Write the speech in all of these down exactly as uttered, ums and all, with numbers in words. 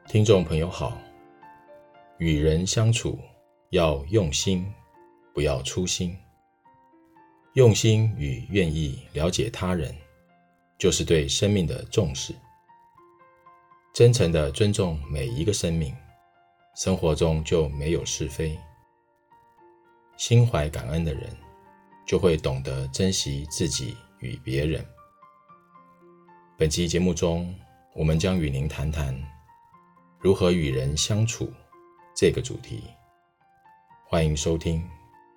听众朋友好，与人相处要用心，不要粗心。用心与愿意了解他人，就是对生命的重视。真诚地尊重每一个生命，生活中就没有是非。心怀感恩的人，就会懂得珍惜自己与别人。本期节目中，我们将与您谈谈如何与人相处这个主题。欢迎收听。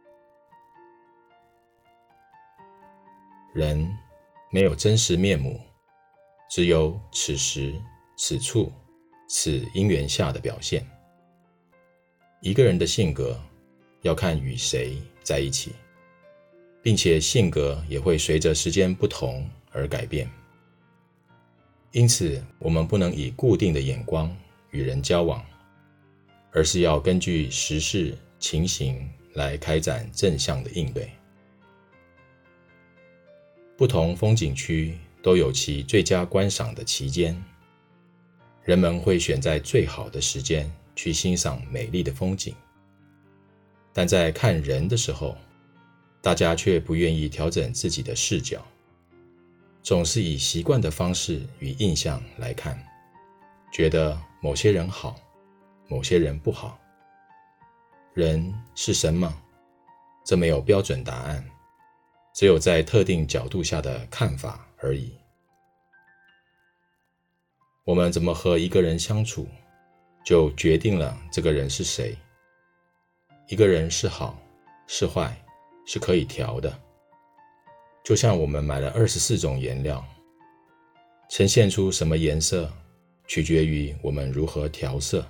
人没有真实面目，只有此时此处此因缘下的表现。一个人的性格要看与谁在一起，并且性格也会随着时间不同而改变。因此，我们不能以固定的眼光与人交往，而是要根据时事情形来开展正向的应对。不同风景区都有其最佳观赏的期间，人们会选在最好的时间去欣赏美丽的风景，但在看人的时候，大家却不愿意调整自己的视角，总是以习惯的方式与印象来看，觉得某些人好，某些人不好。人是神吗？这没有标准答案，只有在特定角度下的看法而已。我们怎么和一个人相处，就决定了这个人是谁。一个人是好是坏，是可以调的。就像我们买了二十四种颜料，呈现出什么颜色，取决于我们如何调色。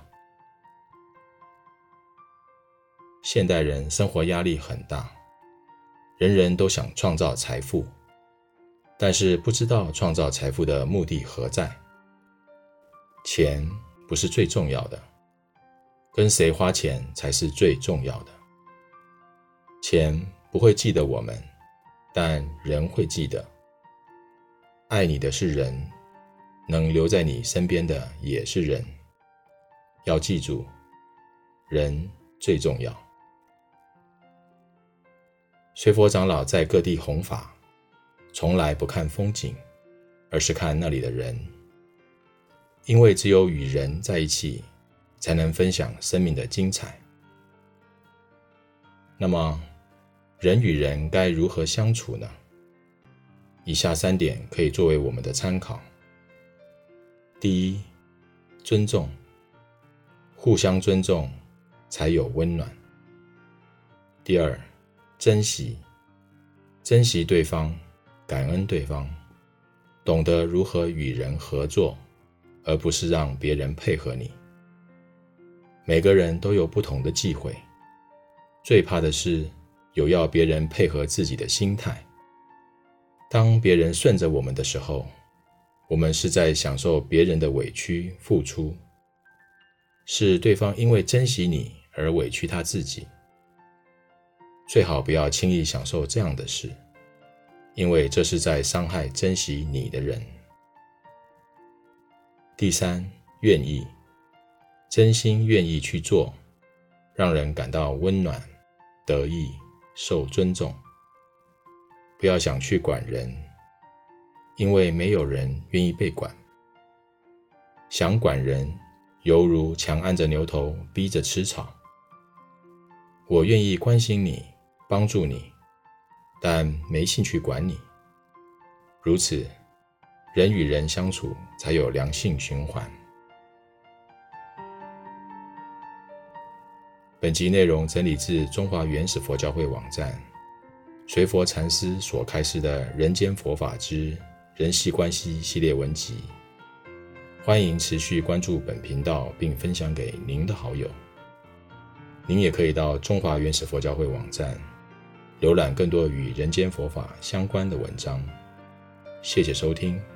现代人生活压力很大，人人都想创造财富，但是不知道创造财富的目的何在。钱不是最重要的，跟谁花钱才是最重要的。钱不会记得我们，但人会记得。爱你的是人，能留在你身边的也是人。要记住，人最重要。随佛长老在各地弘法，从来不看风景，而是看那里的人。因为只有与人在一起，才能分享生命的精彩。那么，人与人该如何相处呢？以下三点可以作为我们的参考。第一，尊重，互相尊重才有温暖。第二，珍惜，珍惜对方，感恩对方，懂得如何与人合作，而不是让别人配合你。每个人都有不同的忌讳，最怕的是有要别人配合自己的心态。当别人顺着我们的时候，我们是在享受别人的委屈付出，是对方因为珍惜你而委屈他自己。最好不要轻易享受这样的事，因为这是在伤害珍惜你的人。第三，愿意，真心愿意去做，让人感到温暖、得意、受尊重。不要想去管人，因为没有人愿意被管。想管人，犹如强按着牛头，逼着吃草。我愿意关心你，帮助你，但没兴趣管你。如此，人与人相处才有良性循环。本集内容整理自中华原始佛教会网站，随佛禅师所开示的《人间佛法之人系关系》系列文集。欢迎持续关注本频道，并分享给您的好友。您也可以到中华原始佛教会网站浏览更多与人间佛法相关的文章。谢谢收听。